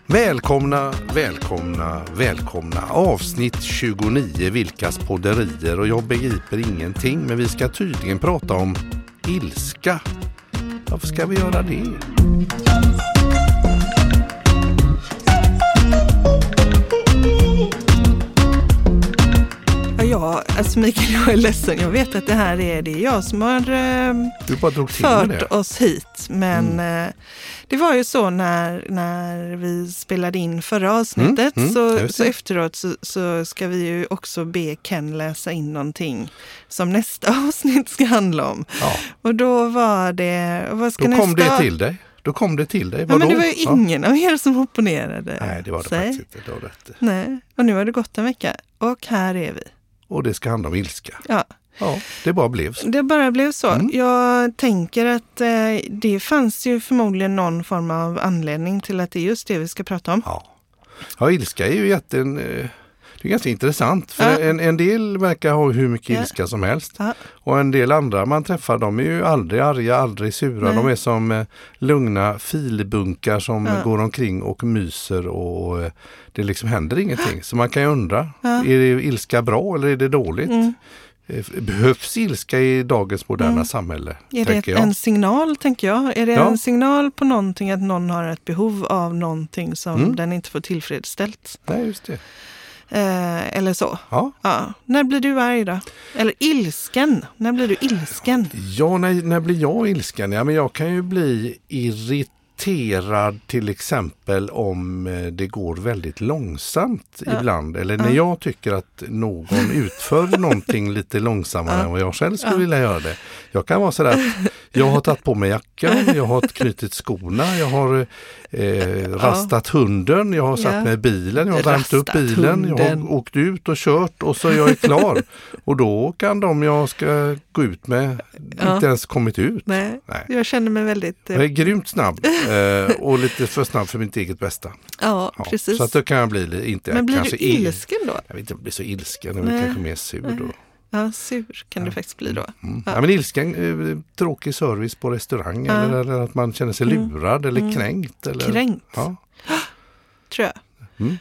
Välkomna. Avsnitt 29, Vilkas podderier, och jag begriper ingenting, men vi ska tydligen prata om ilska. Varför ska vi göra det? Ja, alltså Mikael, jag är ledsen. Jag vet att det är jag som har fört oss hit. Men det var ju så när vi spelade in förra avsnittet. Så efteråt så ska vi ju också be Ken läsa in någonting som nästa avsnitt ska handla om. Ja. Och då var det... Då kom det till dig. Ja, men det var ju ingen av er som opponerade. Nej, det var det faktiskt inte. Det var rätt. Nej, och nu har det gått en vecka. Och här är vi. Och det ska handla om ilska. Ja. Ja, det bara blev så. Det bara blev så. Jag tänker att det fanns ju förmodligen någon form av anledning till att det är just det vi ska prata om. Ja, ilska är ju det är ganska intressant. För en del verkar ha hur mycket ilska som helst. Ja. Och en del andra man träffar, de är ju aldrig arga, aldrig sura. Nej. De är som lugna filbunkar som går omkring och myser och det liksom händer ingenting. Så man kan ju undra, är det ilska bra eller är det dåligt? Behövs ilska i dagens moderna samhälle? Är det en signal, tänker jag? Är det en signal på någonting, att någon har ett behov av någonting som den inte får tillfredsställt? Nej, just det. Eller så. Ja. När blir du arg då? Eller ilsken? När blir du ilsken? Ja, när blir jag ilsken? Ja, men jag kan ju bli irriterad till exempel om det går väldigt långsamt ibland. Eller när jag tycker att någon utför någonting lite långsammare än vad jag själv skulle vilja göra det. Jag kan vara sådär att jag har tagit på mig jackan, jag har knutit skorna, jag har rastat hunden, jag har satt mig i bilen, jag har värmt upp bilen, jag har åkt ut och kört och så är jag klar. Och då kan jag ska gå ut med inte ens kommit ut. Nej. Jag känner mig väldigt... Jag är grymt snabb och lite för snabb för mitt eget bästa. Ja, precis. Så att då kan jag bli inte... Men blir kanske du ilsken då? Jag vet inte om jag blir så ilsken, jag blir kanske mer sur då. Ja, sur kan du faktiskt bli då. Ja, men ilsken, tråkig service på restaurang eller att man känner sig lurad eller kränkt. Eller, kränkt? Ja. Tror jag.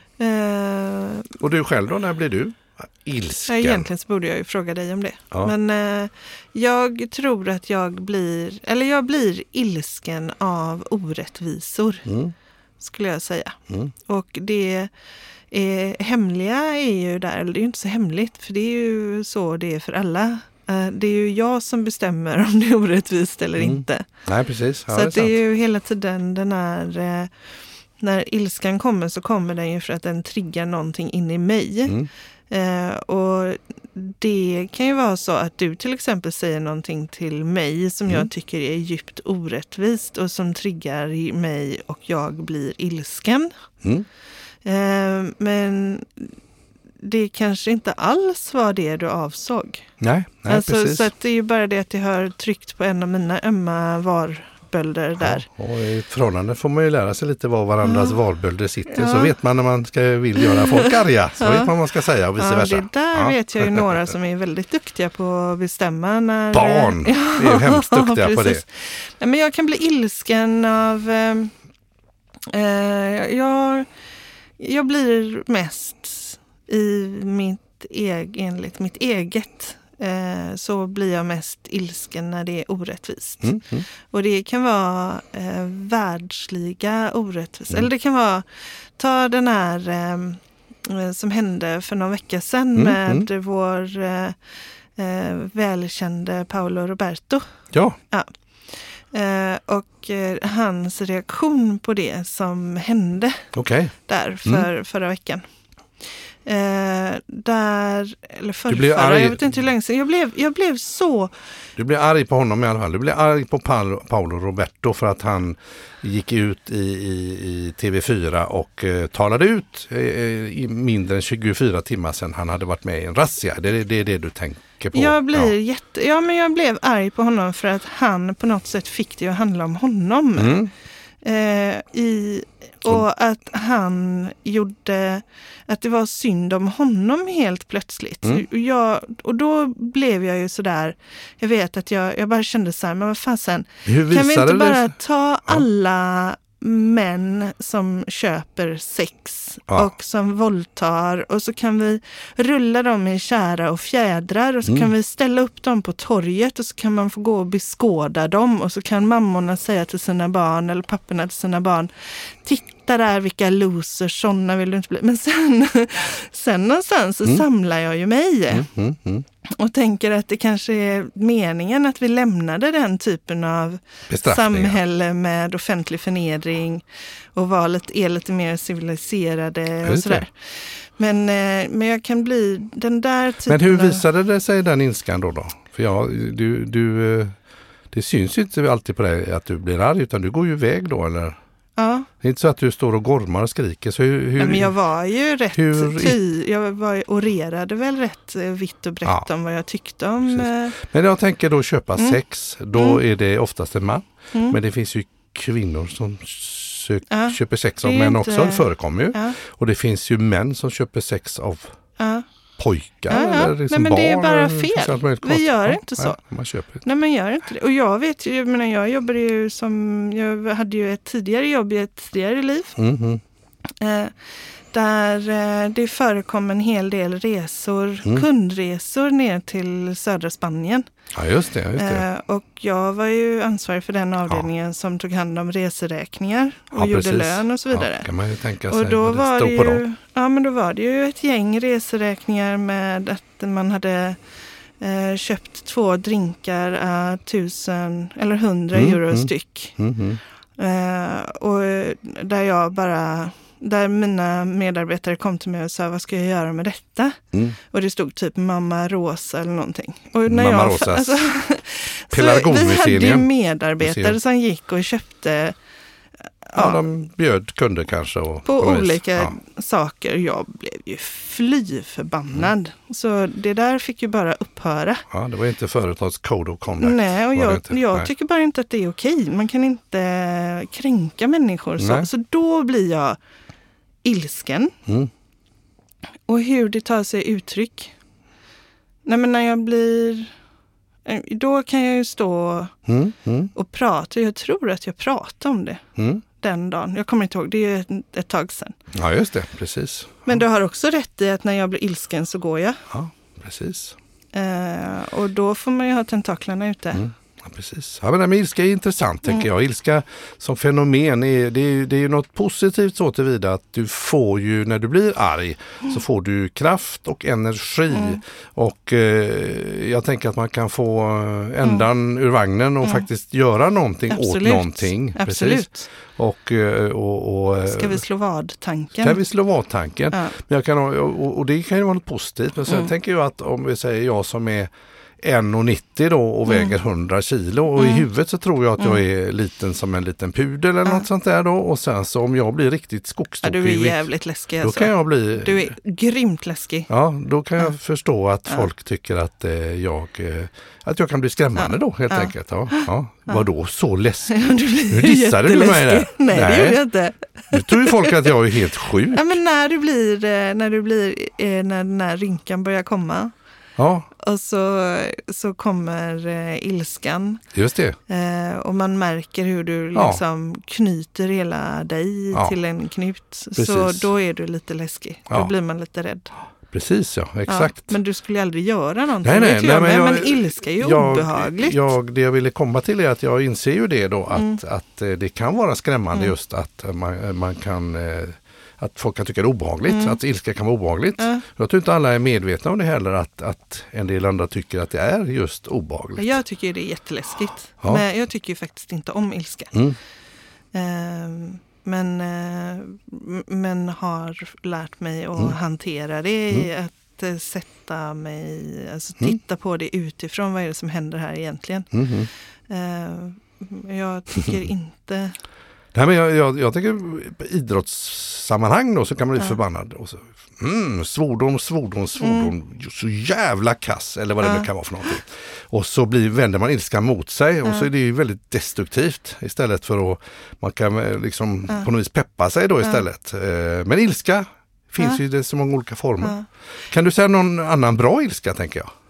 Och du själv då, när blir du ilsken? Egentligen så borde jag ju fråga dig om det. Ja. Men jag tror att jag blir ilsken av orättvisor, skulle jag säga. Och det... hemliga är ju där, eller det är ju inte så hemligt, för det är ju så det är för alla. Det är ju jag som bestämmer om det är orättvist eller inte. Nej, precis. Ja, så det är ju hela tiden den här, när ilskan kommer så kommer den ju för att den triggar någonting in i mig. Och det kan ju vara så att du till exempel säger någonting till mig som jag tycker är djupt orättvist och som triggar mig och jag blir ilsken. Men det kanske inte alls var det du avsåg. Nej, precis. Så att det är ju bara det att jag har tryckt på en av mina ömma varbölder där. Och i förhållande får man ju lära sig lite var varandras varbölder sitter. Så vet man när man vill göra folk arga. Så vet man vad man ska säga och vice versa. Det där vet jag ju några som är väldigt duktiga på att bestämma. Barn är ju hemskt duktiga på det. Men jag kan bli ilsken av... Jag blir mest enligt mitt eget så blir jag mest ilsken när det är orättvist. Och det kan vara världsliga orättvisor. Eller det kan vara, ta den här som hände för några veckor sedan med vår välkände Paolo Roberto. Ja. Och hans reaktion på det som hände där förra veckan. Jag vet inte hur länge sedan. Jag blev så... Du blev arg på honom i alla fall. Du blev arg på Paolo Roberto för att han gick ut i TV4 och talade ut i mindre än 24 timmar sedan han hade varit med i en razzia. Det är det du tänker på. Jag blev arg på honom för att han på något sätt fick det att handla om honom. Och att han gjorde att det var synd om honom helt plötsligt. Och då blev jag ju sådär, jag vet att jag bara kände så här, men vad fasen, kan vi inte bara ta alla män som köper sex och som våldtar, och så kan vi rulla dem i kära och fjädrar och så kan vi ställa upp dem på torget och så kan man få gå och beskåda dem och så kan mammorna säga till sina barn eller papporna till sina barn, titta där vilka losers, sådana vill du inte bli. Men sen någonstans så samlar jag ju mig och tänker att det kanske är meningen att vi lämnade den typen av samhälle med offentlig förnedring och är lite mer civiliserade och sådär. Men jag kan bli den där typen. Men hur visade det sig den ilskan då? För det syns ju inte alltid på dig att du blir arg, utan du går ju iväg då, eller? Ja. Det är inte så att du står och gormar och skriker. Så men jag var ju jag orerade väl rätt vitt och brett om vad jag tyckte om. Men jag tänker då köpa sex, då är det oftast en man. Men det finns ju kvinnor som köper sex av män också, det förekommer ju. Ja. Och det finns ju män som köper sex av pojkar eller liksom nej, men barn. Det är bara fel. Vi gör inte så. Man köper. Nej, men gör inte det. Och jag vet ju, jag jobbade ju jag hade ju ett tidigare jobb i ett tidigare liv. Där det förekom en hel del kundresor ner till södra Spanien. Ja, just det. Och jag var ju ansvarig för den avdelningen som tog hand om reseräkningar och gjorde lön och så vidare. Ja, kan man ju tänka sig. Och då var det ju, men då var det ju ett gäng reseräkningar med att man hade köpt 2 drinkar 1000 eller 100 euro styck. Och där mina medarbetare kom till mig och sa, vad ska jag göra med detta? Och det stod typ Mamma Rosa eller någonting. Och när Mamma Rosas så vi hade ju medarbetare som gick och köpte de bjöd kunder kanske. Och på olika saker. Jag blev ju fly förbannad. Så det där fick ju bara upphöra. Ja, det var inte företags code of conduct. Nej, och jag tycker bara inte att det är okej. Man kan inte kränka människor. Så då blir jag ilsken. Och hur det tar sig uttryck. Nej, men när jag blir... Då kan jag ju stå och prata. Jag tror att jag pratade om det den dagen. Jag kommer inte ihåg, det är ett tag sedan. Ja, just det, precis. Men du har också rätt i att när jag blir ilsken så går jag. Ja, precis. Och då får man ju ha tentaklarna ute. Ja, precis. Ja, men ilska är intressant, tänker jag. Ilska som fenomen, det är ju något positivt så tillvida att du får ju, när du blir arg, så får du kraft och energi. Och jag tänker att man kan få ändan ur vagnen och faktiskt göra någonting åt någonting. Absolut. Precis. Och ska vi slå vad-tanken? Kan vi slå vad-tanken? Ja. Men jag kan, och det kan ju vara något positivt. Men sen tänker jag att om vi säger jag som är 1,90 då och väger 100 kilo och i huvudet så tror jag att jag är liten som en liten pudel eller något sånt där då, och sen så om jag blir riktigt skogstokig, du är jävligt läskig då kan jag bli... Du är grymt läskig. Ja, då kan jag förstå att folk tycker att jag kan bli skrämmande då helt enkelt. Vadå så läskig? Nu dissade du mig där. Nej, det gör jag inte. Nu tror ju folk att jag är helt sjuk. Ja, men när den här rynkan börjar komma. Ja. Och så kommer ilskan. Just det. Och man märker hur du liksom knyter hela dig till en knut. Precis. Så då är du lite läskig. Då blir man lite rädd. Precis, ja. Exakt. Men du skulle aldrig göra någonting. Nej, men ilska är ju obehagligt. Det jag ville komma till är att jag inser ju det då. Att det kan vara skrämmande just att man kan... Att folk kan tycka det är obehagligt, att ilska kan vara obehagligt. Jag tror inte alla är medvetna om det heller, att en del andra tycker att det är just obehagligt. Jag tycker det är jätteläskigt. Men jag tycker ju faktiskt inte om ilska. Men har lärt mig att hantera det, att sätta mig, alltså titta på det utifrån, vad är det som händer här egentligen. Jag tycker inte... Nej, men jag tänker i idrottssammanhang då så kan man bli förbannad. Och så, svordom, så jävla kass, eller vad det nu kan vara för någonting. Och så vänder man ilskan mot sig och så är det ju väldigt destruktivt istället för att man kan liksom på något vis peppa sig då istället. Men ilska finns ju i så många olika former. Kan du säga någon annan bra ilska, tänker jag?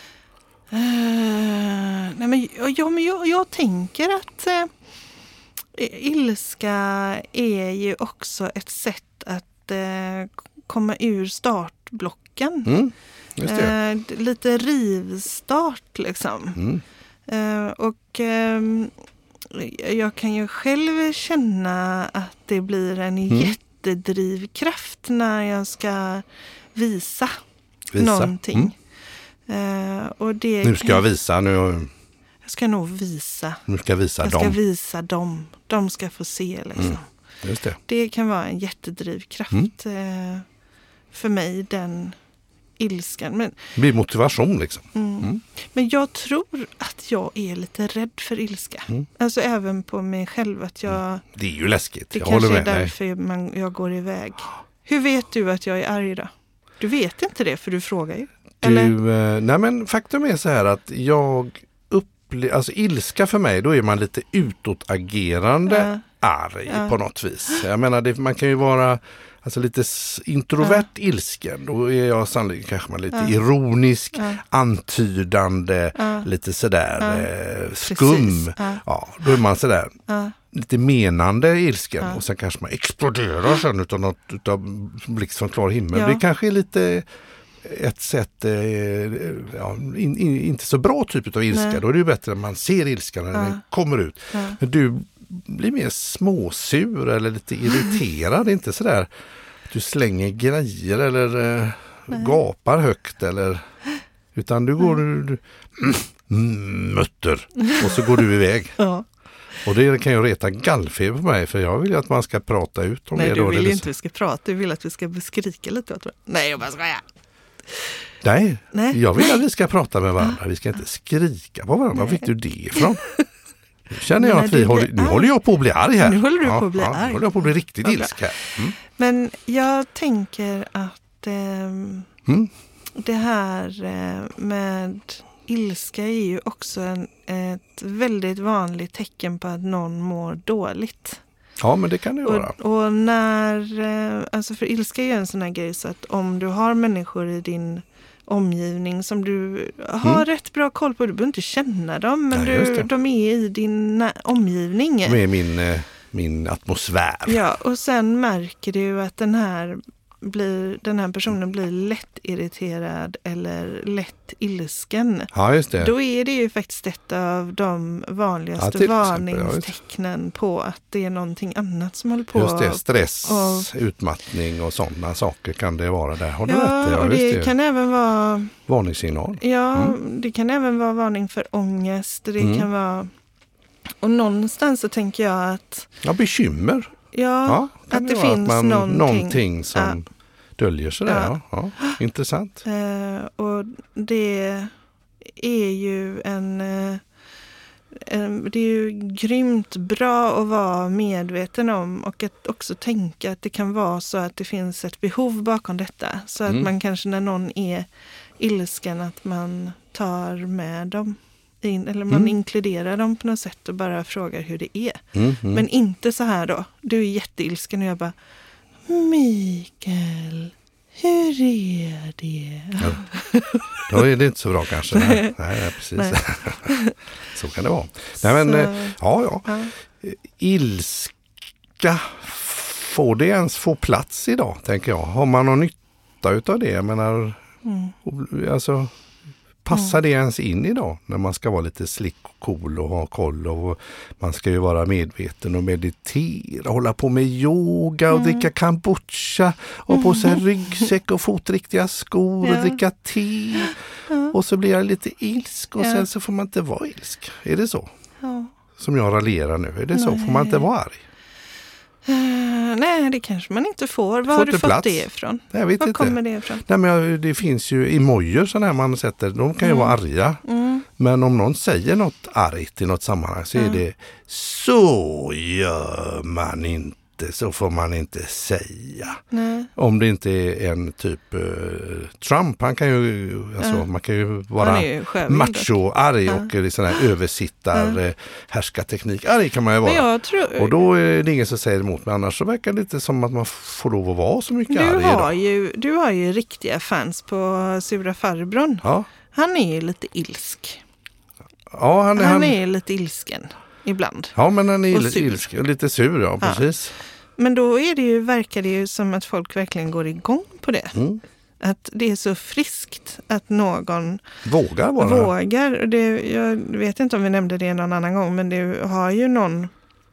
Nej, men jag tänker att ilska är ju också ett sätt att komma ur startblocken. Just det. Lite rivstart liksom. Och jag kan ju själv känna att det blir en jättedrivkraft när jag ska visa. Någonting. Och det nu ska jag visa. Jag ska nog visa. Nu ska jag visa dem. Jag ska visa dem. De ska få se liksom. Just det. Det kan vara en jättedrivkraft för mig, den ilskan. Men, det blir motivation liksom. Men jag tror att jag är lite rädd för ilska. Alltså även på mig själv. Att jag, det är ju läskigt. Det kanske är därför jag går iväg. Hur vet du att jag är arg då? Du vet inte det, för du frågar ju. Nej men faktum är så här att alltså ilska för mig, då är man lite utåtagerande arg på något vis. Jag menar, man kan ju vara alltså lite introvert ilsken. Då är jag sannolikt kanske man lite ironisk, antydande, lite sådär skum. Ja, då är man sådär lite menande ilsken och sen kanske man exploderar sen utav blixt från klar himmel. Det kanske är lite ett sätt, inte så bra typ av ilska. Då är det ju bättre att man ser ilskan när den kommer ut. Men du blir mer småsur eller lite irriterad, inte sådär att du slänger grejer eller gapar högt eller, utan du går mutter och så går du iväg. Och det kan ju reta gallfeber på mig, för jag vill ju att man ska prata ut om det. Nej, du vill inte att vi ska prata, du vill att vi ska beskrika lite. Nej, jag bara skojar. Nej, jag vill att vi ska prata med varandra. Vi ska inte skrika på varandra. Var fick du det ifrån? Nu känner jag att nu håller jag på att bli arg här. Nu håller du på att bli arg. Nu håller jag på att bli riktigt ilska. Men jag tänker att det här med ilska är ju också ett väldigt vanligt tecken på att någon mår dåligt. Ja, men det kan det vara. Och alltså för ilska är ju en sån här grej, så att om du har människor i din omgivning som du har rätt bra koll på, du behöver inte känna dem, men de är i din omgivning. De är min atmosfär. Ja, och sen märker du att den här personen blir lätt irriterad eller lätt ilsken. Ja, just det. Då är det ju faktiskt ett av de vanligaste varningstecknen på att det är någonting annat som håller på. Just det, stress, utmattning och sådana saker kan det vara där. Har du rätt? Och det kan även vara varningssignal. Ja, det kan även vara varning för ångest. Det kan vara, och någonstans så tänker jag att bekymmer. Ja, att det finns någonting som döljer sig där. Ja, intressant. Och det är ju det är ju grymt bra att vara medveten om, och att också tänka att det kan vara så att det finns ett behov bakom detta. Så att man kanske när någon är ilsken, att man tar med dem eller man inkluderar dem på något sätt och bara frågar hur det är. Men inte så här då. Du är jätteilsken och jag bara, Mikael, hur är det? Ja. Då är det inte så bra kanske. Nej, precis. Nej. Så kan det vara. Nej, men, ja. Ilska, får det ens få plats idag, tänker jag? Har man någon nytta utav det? Jag menar, alltså, passar det ens in idag när man ska vara lite slick och cool och ha koll, och man ska ju vara medveten och meditera, hålla på med yoga och dricka kombucha och på sig ryggsäck och fotriktiga skor och dricka te och så blir jag lite ilsk och sen så får man inte vara ilsk. Är det så? Ja. Som jag raljerar nu. Är det så? Får man inte vara arg? Nej, det kanske man inte får. Var har du fått det ifrån? Jag vet inte. Kommer det ifrån? Nej, men det finns ju emojis sådana här man sätter. De kan ju vara arga. Men om någon säger något argt i något sammanhang så är det så gör man inte. Så får man inte säga. Nej. Om det inte är en typ Trump, han kan ju man kan ju vara macho-arg och sån här översittar härskarteknik. Arg kan man ju vara. Och då är det ingen som säger emot, men annars så verkar det lite som att man får lov att vara så mycket arg. Du har ju riktiga fans på Sura farbrorn. Ja. Han är ju lite ilsk. Ja, han är lite ilsken. ibland. Ja, men den är lite sur, ja, precis. Men då verkar det ju som att folk verkligen går igång på det. Att det är så friskt att någon vågar. Och jag vet inte om vi nämnde det någon annan gång, men det har ju någon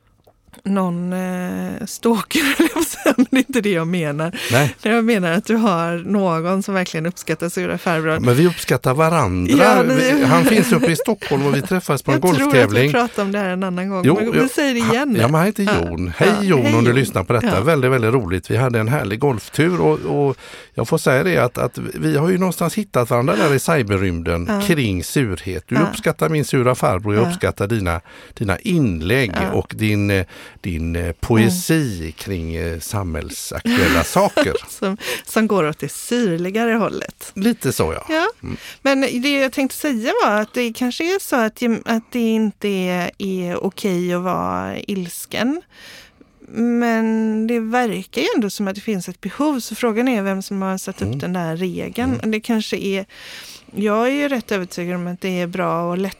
stalker, men det är inte det jag menar. Nej. Jag menar att du har någon som verkligen uppskattar sura farbror. Ja, men vi uppskattar varandra. Ja, han finns uppe i Stockholm och vi träffas på en golftävling. Jag tror att vi pratar om det här en annan gång. Men vi säger det igen. Ja, men han heter Jon. Hej Jon, om du lyssnar på detta. Ja. Väldigt, väldigt roligt. Vi hade en härlig golftur och jag får säga det att vi har ju någonstans hittat varandra där i cyberrymden kring surhet. Du uppskattar min sura farbror, jag uppskattar dina inlägg och din poesi kring samhällsaktuella saker. Som går åt det syrligare hållet. Lite så, ja. Men det jag tänkte säga var att det kanske är så att det inte är okej att vara ilsken. Men det verkar ju ändå som att det finns ett behov. Så frågan är vem som har satt upp den där regeln. Det kanske är... Jag är ju rätt övertygad om att det är bra att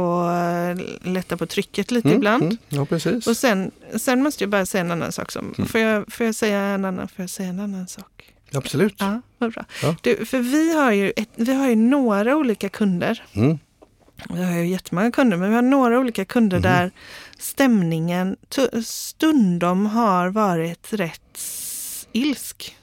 lätta på trycket lite ibland. Ja, precis. Och sen måste jag bara säga en annan sak. Får jag säga en annan sak? Absolut. Ja, vad bra. Ja. För vi har ju några olika kunder. Vi har ju jättemånga kunder, men vi har några olika kunder där stämningen stundom har varit rätt ilsk.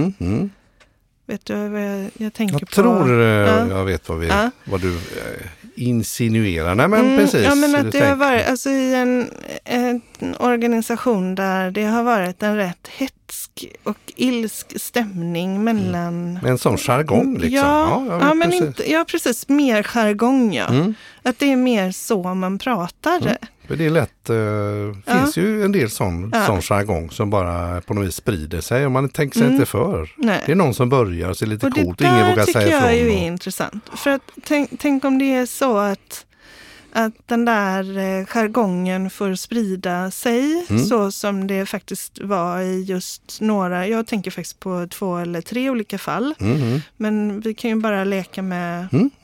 Vet du vad jag tänker på? Jag tror jag vet vad du insinuerar. Nej, men precis. Ja, men att det har varit alltså i en organisation där det har varit en rätt hetsk och ilsk stämning mellan... Med en sån jargong liksom. Ja, men inte, precis. Mer jargong, Att det är mer så man pratar. För det är lätt, finns ju en del sån jargong som bara på något vis sprider sig och man tänker sig inte för. Nej. Det är någon som börjar så är lite coolt, ingen vågar säga ifrån. Det tycker jag är intressant. För att tänk om det är så att den där jargongen får sprida sig så som det faktiskt var i just några, jag tänker faktiskt på 2 eller 3 olika fall. Men vi kan ju bara leka med...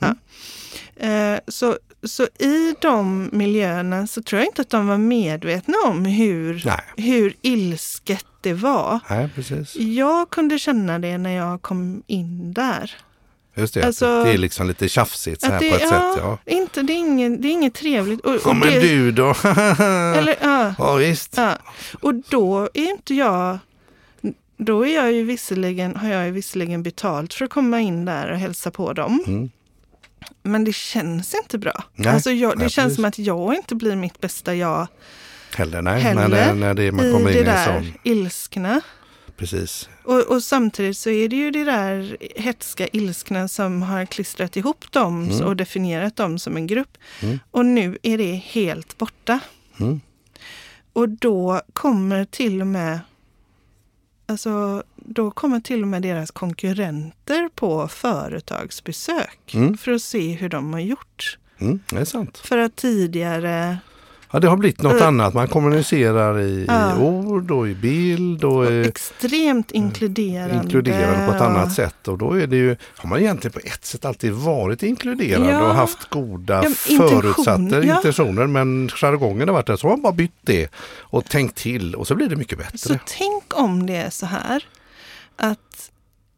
Så i de miljöerna så tror jag inte att de var medvetna om hur ilsket det var. Nej, precis. Jag kunde känna det när jag kom in där. Just det, alltså, det är liksom lite tjafsigt så här på ett sätt. Ja. Det är inget trevligt. Men du då? Eller, ja, visst. Ja. Och då är inte jag... Då är jag ju visserligen betalt för att komma in där och hälsa på dem. Men det känns inte bra. Nej, alltså det känns som att jag inte blir mitt bästa jag heller. När man kommer in i där sån ilskna. Precis. Och samtidigt så är det ju det där hetska ilskna som har klistrat ihop dem och definierat dem som en grupp. Och nu är det helt borta. Och då kommer till och med deras konkurrenter på företagsbesök för att se hur de har gjort. Det är sant. För att tidigare... Ja, det har blivit något annat. Man kommunicerar i ord och i bild. Och extremt inkluderande på ett annat sätt. Och då är det ju, har man egentligen på ett sätt alltid varit inkluderande och haft goda förutsatta intentioner. Men jargongen har varit där, så har man bara bytt det och tänkt till. Och så blir det mycket bättre. Så tänk om det är så här att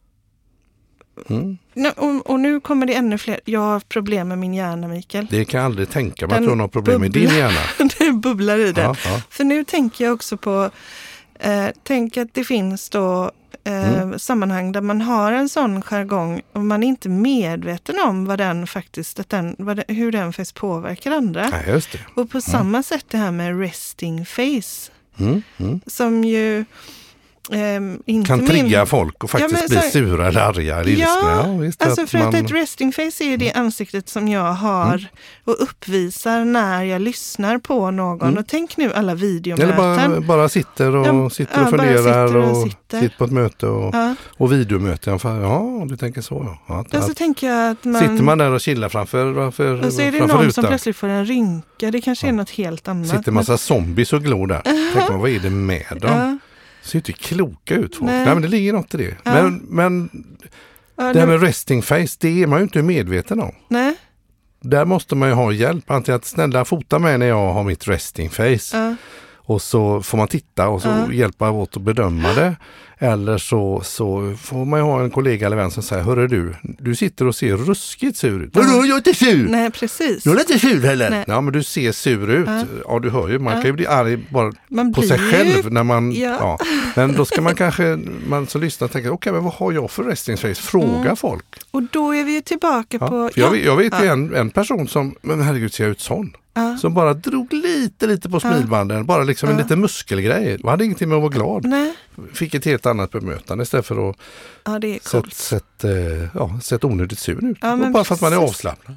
och nu kommer det ännu fler. Jag har problem med min hjärna, Mikael. Det kan jag aldrig tänka mig att du har något problem med din hjärna. Det bubblar i det. För nu tänker jag också på tänk att det finns då sammanhang där man har en sån jargong och man är inte medveten om vad den faktiskt, hur den faktiskt påverkar andra. Ja, just det. Och på samma sätt det här med resting face som ju kan trigga folk och faktiskt bli sura eller arga eller ilskna. Visst, alltså för att ett resting face är det ansiktet som jag har och uppvisar när jag lyssnar på någon. Och tänk nu alla videomöten. Eller bara sitter och funderar och sitter på ett möte och videomöten. Ja, du tänker så. Ja, så tänker jag att sitter man där och chillar framför och så är det någon som plötsligt får en rynka. Det kanske är något helt annat. Sitter en massa zombies och glor där. Tänk man, vad är det med dem? Ser inte kloka ut folk. Nej, men det ligger något i det. Men det här med resting face, det är man ju inte medveten om. Nej. Där måste man ju ha hjälp. Antingen att snälla fota mig när jag har mitt resting face. Och så får man titta och så hjälpa åt att bedöma det. Eller så får man ju ha en kollega eller vän som säger, hörru du sitter och ser ruskigt sur ut. Vadå, jag är inte sur! Nej, precis. Du är inte sur heller. Nej. Ja, men du ser sur ut. Ja, du hör ju. Man kan ju bli arg bara på sig själv. När man, Men då ska man kanske, man som lyssnar tänka, okej, men vad har jag för resting face? Fråga folk. Och då är vi ju tillbaka på... Jag vet ju en person som, men herregud, ser jag ut sån? Som bara drog lite på smilbanden. Bara liksom en liten muskelgrej. Man hade ingenting med att vara glad. Nej. Fick ett helt annat bemötande istället för att det är coolt. sett onödigt sur ut. Ja, bara för att man är avslappnad.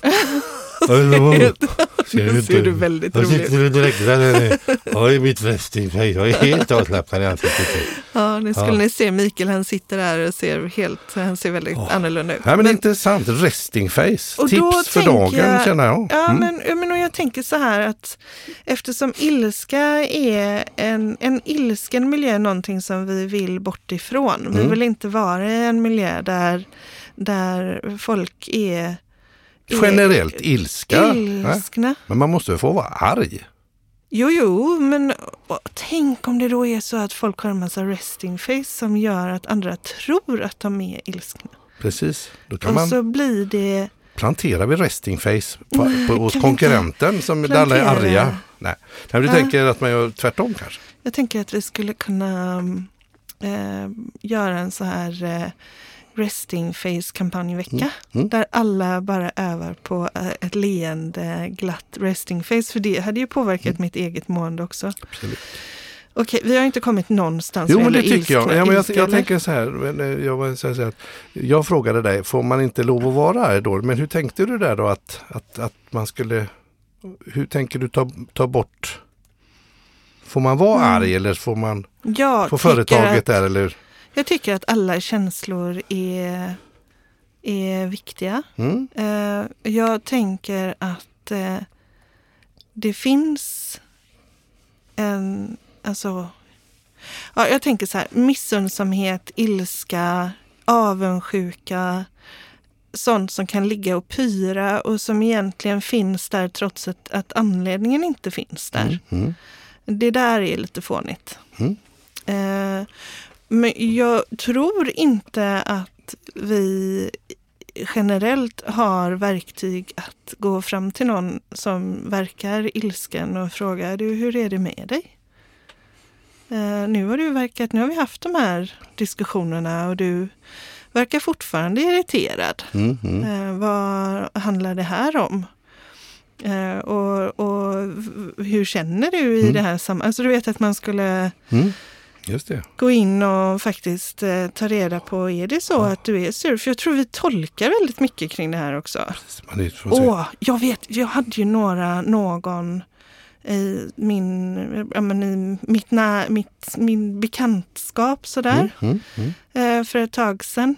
Ser du väldigt roligt. Jag sitter direkt där. Jag är mitt resting face. Jag är helt avslappnad i ansiktet. Ja, nu skulle ni se Mikael, han sitter där och han ser väldigt annorlunda ut. Ja, men intressant. Resting face. Och tips för dagen, känner jag. Ja, men och jag tänker så här att eftersom ilska är en ilsken miljö är någonting som vi vill bort ifrån. Vi vill inte vara i en miljö där folk är generellt ilskna. Men man måste ju få vara arg. Jo, men tänk om det då är så att folk har en massa resting face som gör att andra tror att de är ilskna. Precis. Då kan så blir det... Planterar vi resting face hos konkurrenten som alla är arga? Nej. Du tänker att man gör tvärtom kanske? Jag tänker att vi skulle kunna göra en så här... resting face kampanjvecka där alla bara övar på ett leende glatt resting face, för det hade ju påverkat mitt eget mående också. Absolut. Okej, vi har inte kommit någonstans. Jo, men det tycker jag. Ja, men jag tänker så här, jag frågade dig, får man inte lov att vara arg då? Men hur tänkte du där då att man skulle, hur tänker du ta bort, får man vara arg eller får man få företaget där eller? Jag tycker att alla känslor är viktiga. Jag tänker att det finns jag tänker så här, missundsamhet, ilska, avundsjuka, sånt som kan ligga och pyra och som egentligen finns där trots att anledningen inte finns där. Det där är lite fånigt. Men jag tror inte att vi generellt har verktyg att gå fram till någon som verkar ilsken och fråga, hur är det med dig? Nu har vi haft de här diskussionerna och du verkar fortfarande irriterad. Vad handlar det här om? Och hur känner du i det här sammanhanget? Alltså du vet att man skulle... Just det. Gå in och faktiskt ta reda på, är det så att du är sur? För jag tror vi tolkar väldigt mycket kring det här också. Jag hade ju någon i min bekantskap sådär för ett tag sedan.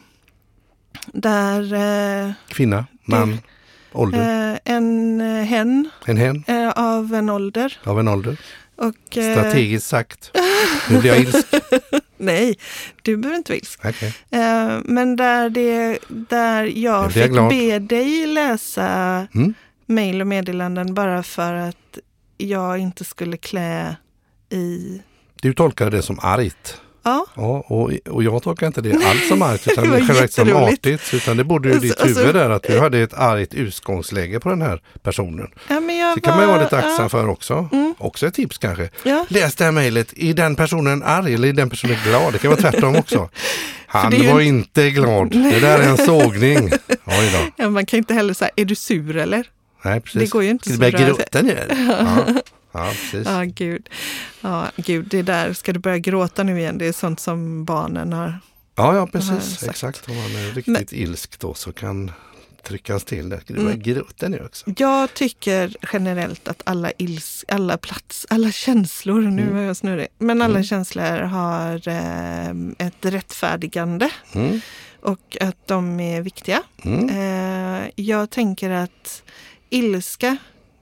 Där... Kvinna, man, ålder? En hen. Av en ålder. Och, strategiskt sagt. Nu blir jag ilsk. Nej, du behöver inte vara ilsk. Okay. Men där jag fick be dig läsa mejl och meddelanden bara för att jag inte skulle klä i... Du tolkade det som argt. Ja. Och jag tolkar inte det alls som argt utan det själva som artigt. Utan det borde ju ditt huvud där att du hade ett argt utgångsläge på den här personen. Ja, men det kan man ju vara lite aktsam för också. Också ett tips kanske. Ja. Läs det här mejlet. Är den personen arg eller är den personen glad? Det kan vara tvärtom också. Han var inte glad. Det där är en sågning. Ja, man kan inte heller säga, är du sur eller? Nej, precis. Det går ju inte så bra. Det börjar gråta nu. Ja, precis. Gud, det där, ska du börja gråta nu igen? Det är sånt som barnen har. Ja, precis. Exakt. Om man är riktigt ilsk då så kan tryckas till det. Det börjar gråta nu också. Jag tycker generellt att alla känslor, nu var jag snurrig, men alla känslor har ett rättfärdigande och att de är viktiga. Jag tänker att ilska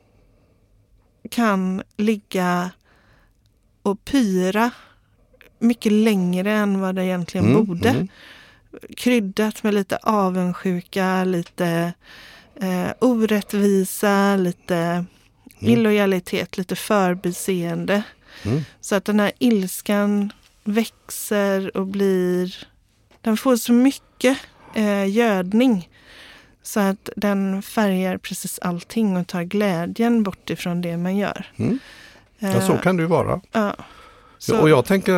kan ligga och pyra mycket längre än vad det egentligen borde. Kryddat med lite avundsjuka, lite orättvisa, lite illojalitet, lite förbiseende. Så att den här ilskan växer och den får så mycket gödning så att den färgar precis allting och tar glädjen bort ifrån det man gör. Ja, så kan det ju vara. Ja, och jag tänker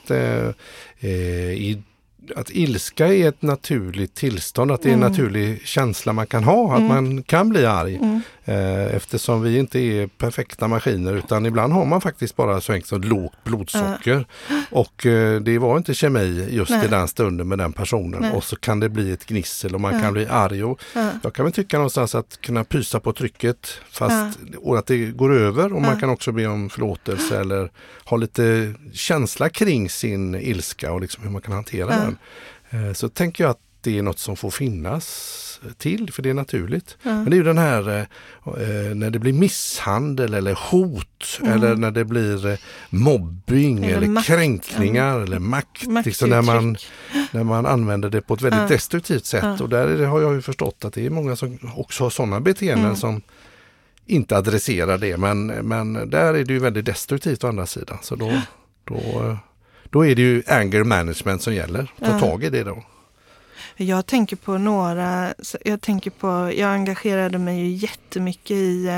att ilska är ett naturligt tillstånd, att det är en naturlig känsla man kan ha, att man kan bli arg. Eftersom vi inte är perfekta maskiner, utan ibland har man faktiskt bara så enkelt som lågt blodsocker. Och det var inte kemi just i den stunden med den personen. Och så kan det bli ett gnissel och man kan bli arg. Och jag kan väl tycka någonstans att kunna pysa på trycket och att det går över. Och man kan också be om förlåtelse eller ha lite känsla kring sin ilska och liksom hur man kan hantera den. Så tänker jag att det är något som får finnas till, för det är naturligt. Men det är ju den här när det blir misshandel eller hot eller när det blir mobbing eller kränkningar eller makt. Liksom när man använder det på ett väldigt destruktivt sätt. Och där har jag ju förstått att det är många som också har sådana beteenden som inte adresserar det. Men där är det ju väldigt destruktivt å andra sidan. Så då är det ju anger management som gäller. Ta tag i det då. Jag tänker på jag engagerade mig ju jättemycket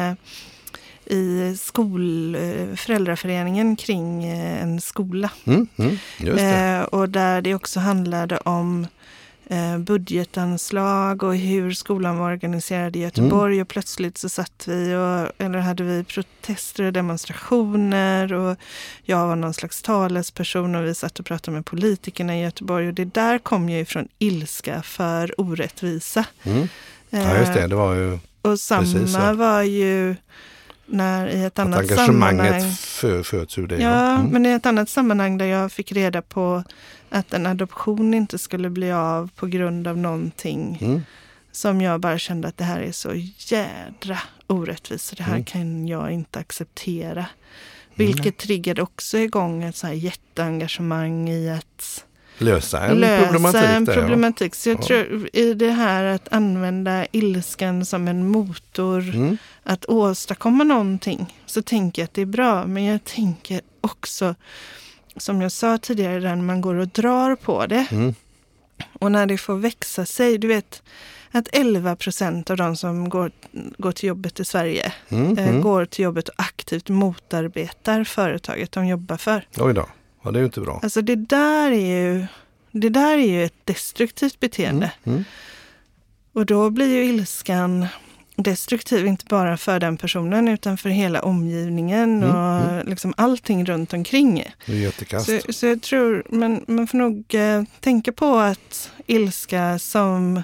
i föräldraföreningen kring en skola. Just det. Och där det också handlade om budgetanslag och hur skolan var organiserad i Göteborg och plötsligt så hade vi protester och demonstrationer och jag var någon slags talesperson och vi satt och pratade med politikerna i Göteborg och det där kom ju ifrån ilska för orättvisa. Ja just det var ju och samma var ju när i ett annat engagemanget föds ur det. Men i ett annat sammanhang där jag fick reda på att en adoption inte skulle bli av på grund av någonting som jag bara kände att det här är så jädra orättvist. Det här kan jag inte acceptera. Vilket triggade också igång ett så här jätteengagemang i att lösa en problematik. Så jag tror i det här att använda ilskan som en motor att åstadkomma någonting så tänker jag att det är bra. Men jag tänker också, som jag sa tidigare, när man går och drar på det och när det får växa sig. Du vet att 11% av de som går till jobbet i Sverige går till jobbet och aktivt motarbetar företaget de jobbar för. Oj då. Ja, det är ju inte bra. Alltså det där är ju ett destruktivt beteende. Och då blir ju ilskan destruktiv inte bara för den personen utan för hela omgivningen och liksom allting runt omkring. Det är jättekast. Så jag tror man får nog tänka på att ilska som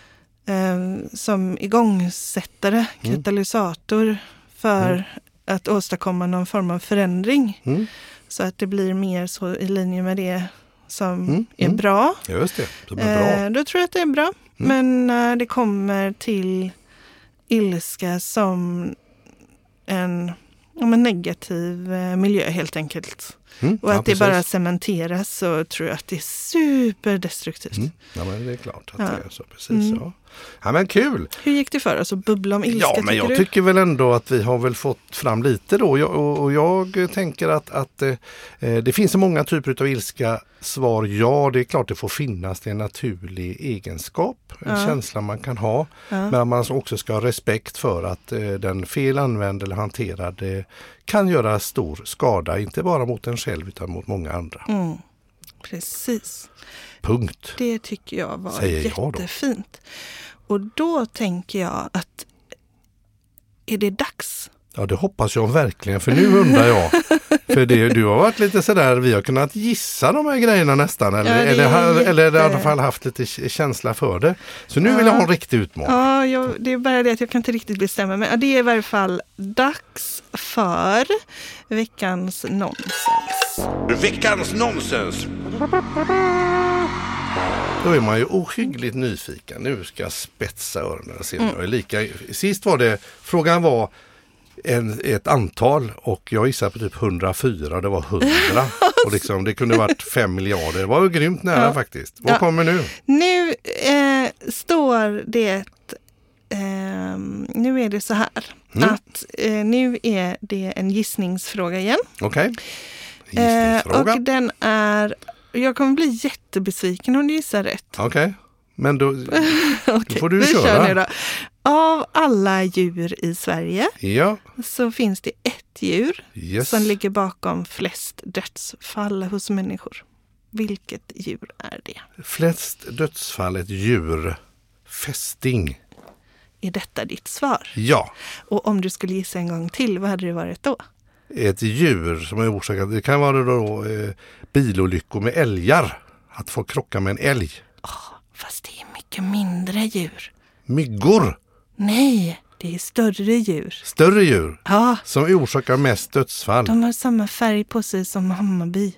igångsättare, katalysator för att åstadkomma någon form av förändring. Så att det blir mer så i linje med det som är bra. Just det, som är bra. Då tror jag att det är bra. Men när det kommer till ilska som en negativ miljö helt enkelt. Och att det bara cementeras så tror jag att det är superdestruktivt. Ja, men det är klart att det är så, precis. Ja, men kul! Hur gick det för oss att bubbla om ilska? Ja, men jag tycker väl ändå att vi har väl fått fram lite då. Jag tänker att det finns så många typer av ilska. Svar ja, det är klart det får finnas. Det är en naturlig egenskap, en känsla man kan ha. Men man också ska ha respekt för att den fel använd eller hanterad kan göra stor skada, inte bara mot en själv utan mot många andra. Precis. Punkt. Det tycker jag var jättefint. Och då tänker jag att är det dags? Ja, det hoppas jag verkligen, för nu undrar jag. För du har varit lite sådär, vi har kunnat gissa de här grejerna nästan. Eller i alla fall haft lite känsla för det. Så nu vill jag ha en riktig utmaning. Ja, det är bara det att jag kan inte riktigt bestämma mig. Det är i varje fall dags för veckans nonsens. Veckans nonsens! Då är man ju ohyggligt nyfiken. Nu ska jag spetsa öronen och se om jag är lika. Sist frågan var ett antal och jag gissade på typ 104 och det var 100. Och liksom, det kunde varit 5 miljarder. Det var ju grymt nära faktiskt. Vad kommer nu? Nu står det nu är det så här att nu är det en gissningsfråga igen. Okej. Gissningsfråga. Och den är, jag kommer bli jättebesviken om du gissar rätt. Okej. Men då får du köra. köra. Nu då. Av alla djur i Sverige så finns det ett djur som ligger bakom flest dödsfall hos människor. Vilket djur är det? Flest dödsfall ett djur. Fästing. Är detta ditt svar? Ja. Och om du skulle gissa en gång till, vad hade det varit då? Ett djur som är orsakat, det kan vara då bilolyckor med älgar. Att få krocka med en älg. Fast det är mycket mindre djur. Myggor? Nej, det är större djur. Större djur? Ja. Som orsakar mest dödsfall? De har samma färg på sig som Hammarby.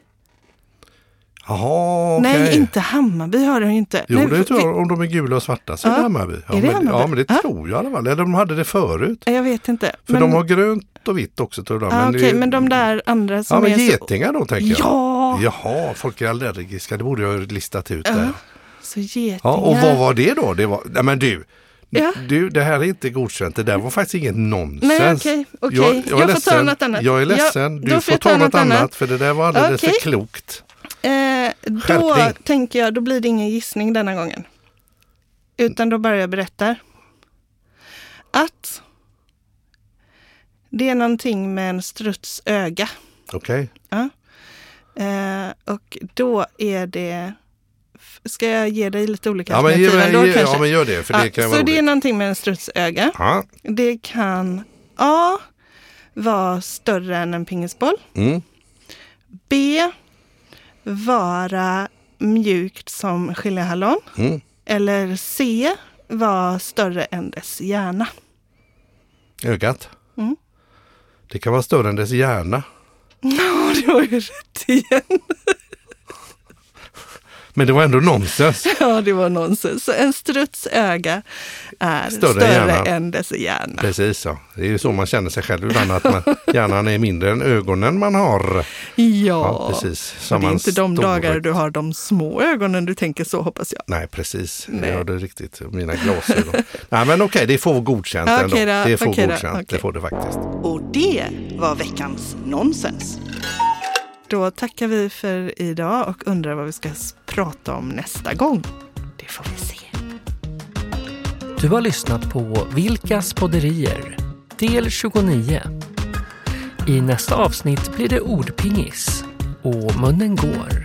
Jaha, okej. Nej, inte Hammarby har de ju inte. Jo, nej, det tror jag. Om de är gula och svarta så är det Hammarby. Ja, är det Hammarby? Ja, men det tror jag i alla fall. Eller de hade det förut. Jag vet inte. För de har grönt och vitt också, tror jag. Okej, men de där andra som är getingar då, tänker jag. Ja! Jaha, folk är allergiska. Det borde jag ha listat ut där. Så getingar. Ja, och vad var det då? Det var, nej men du, det här är inte godkänt. Det där var faktiskt inget nonsens. Nej, okej. Jag får ta något annat. Jag är ledsen. Du får ta något annat. För det där var alldeles för klokt. Då tänker jag, då blir det ingen gissning denna gången. Utan då bara jag berättar. Att det är någonting med en struts öga. Okej. Ja. Och då är det... Ska jag ge dig lite olika alternativ ändå kanske? Ja, men gör det. För det kan så vara det är någonting med en strutsöga. Ja. Det kan A. vara större än en pingisboll. B. vara mjukt som geléhallon. Eller C. vara större än dess hjärna. Ögat. Det kan vara större än dess hjärna. Ja, det var ju rätt igen. Men det var ändå nonsens. Ja, det var nonsens. Så en struts öga är större än dess hjärna. Precis, ja. Det är ju så man känner sig själv ibland, att hjärnan är mindre än ögonen man har. Ja, precis. Och det är inte de dagar du har de små ögonen du tänker så, hoppas jag. Nej, precis. Jag har det riktigt. Mina glasögon. Nej, men okej, det får godkänt ändå. Det får godkänt. Det får det faktiskt. Och det var veckans nonsens. Då tackar vi för idag och undrar vad vi ska prata om nästa gång. Det får vi se. Du har lyssnat på Vilkas podderier, del 29. I nästa avsnitt blir det ordpingis och munnen går.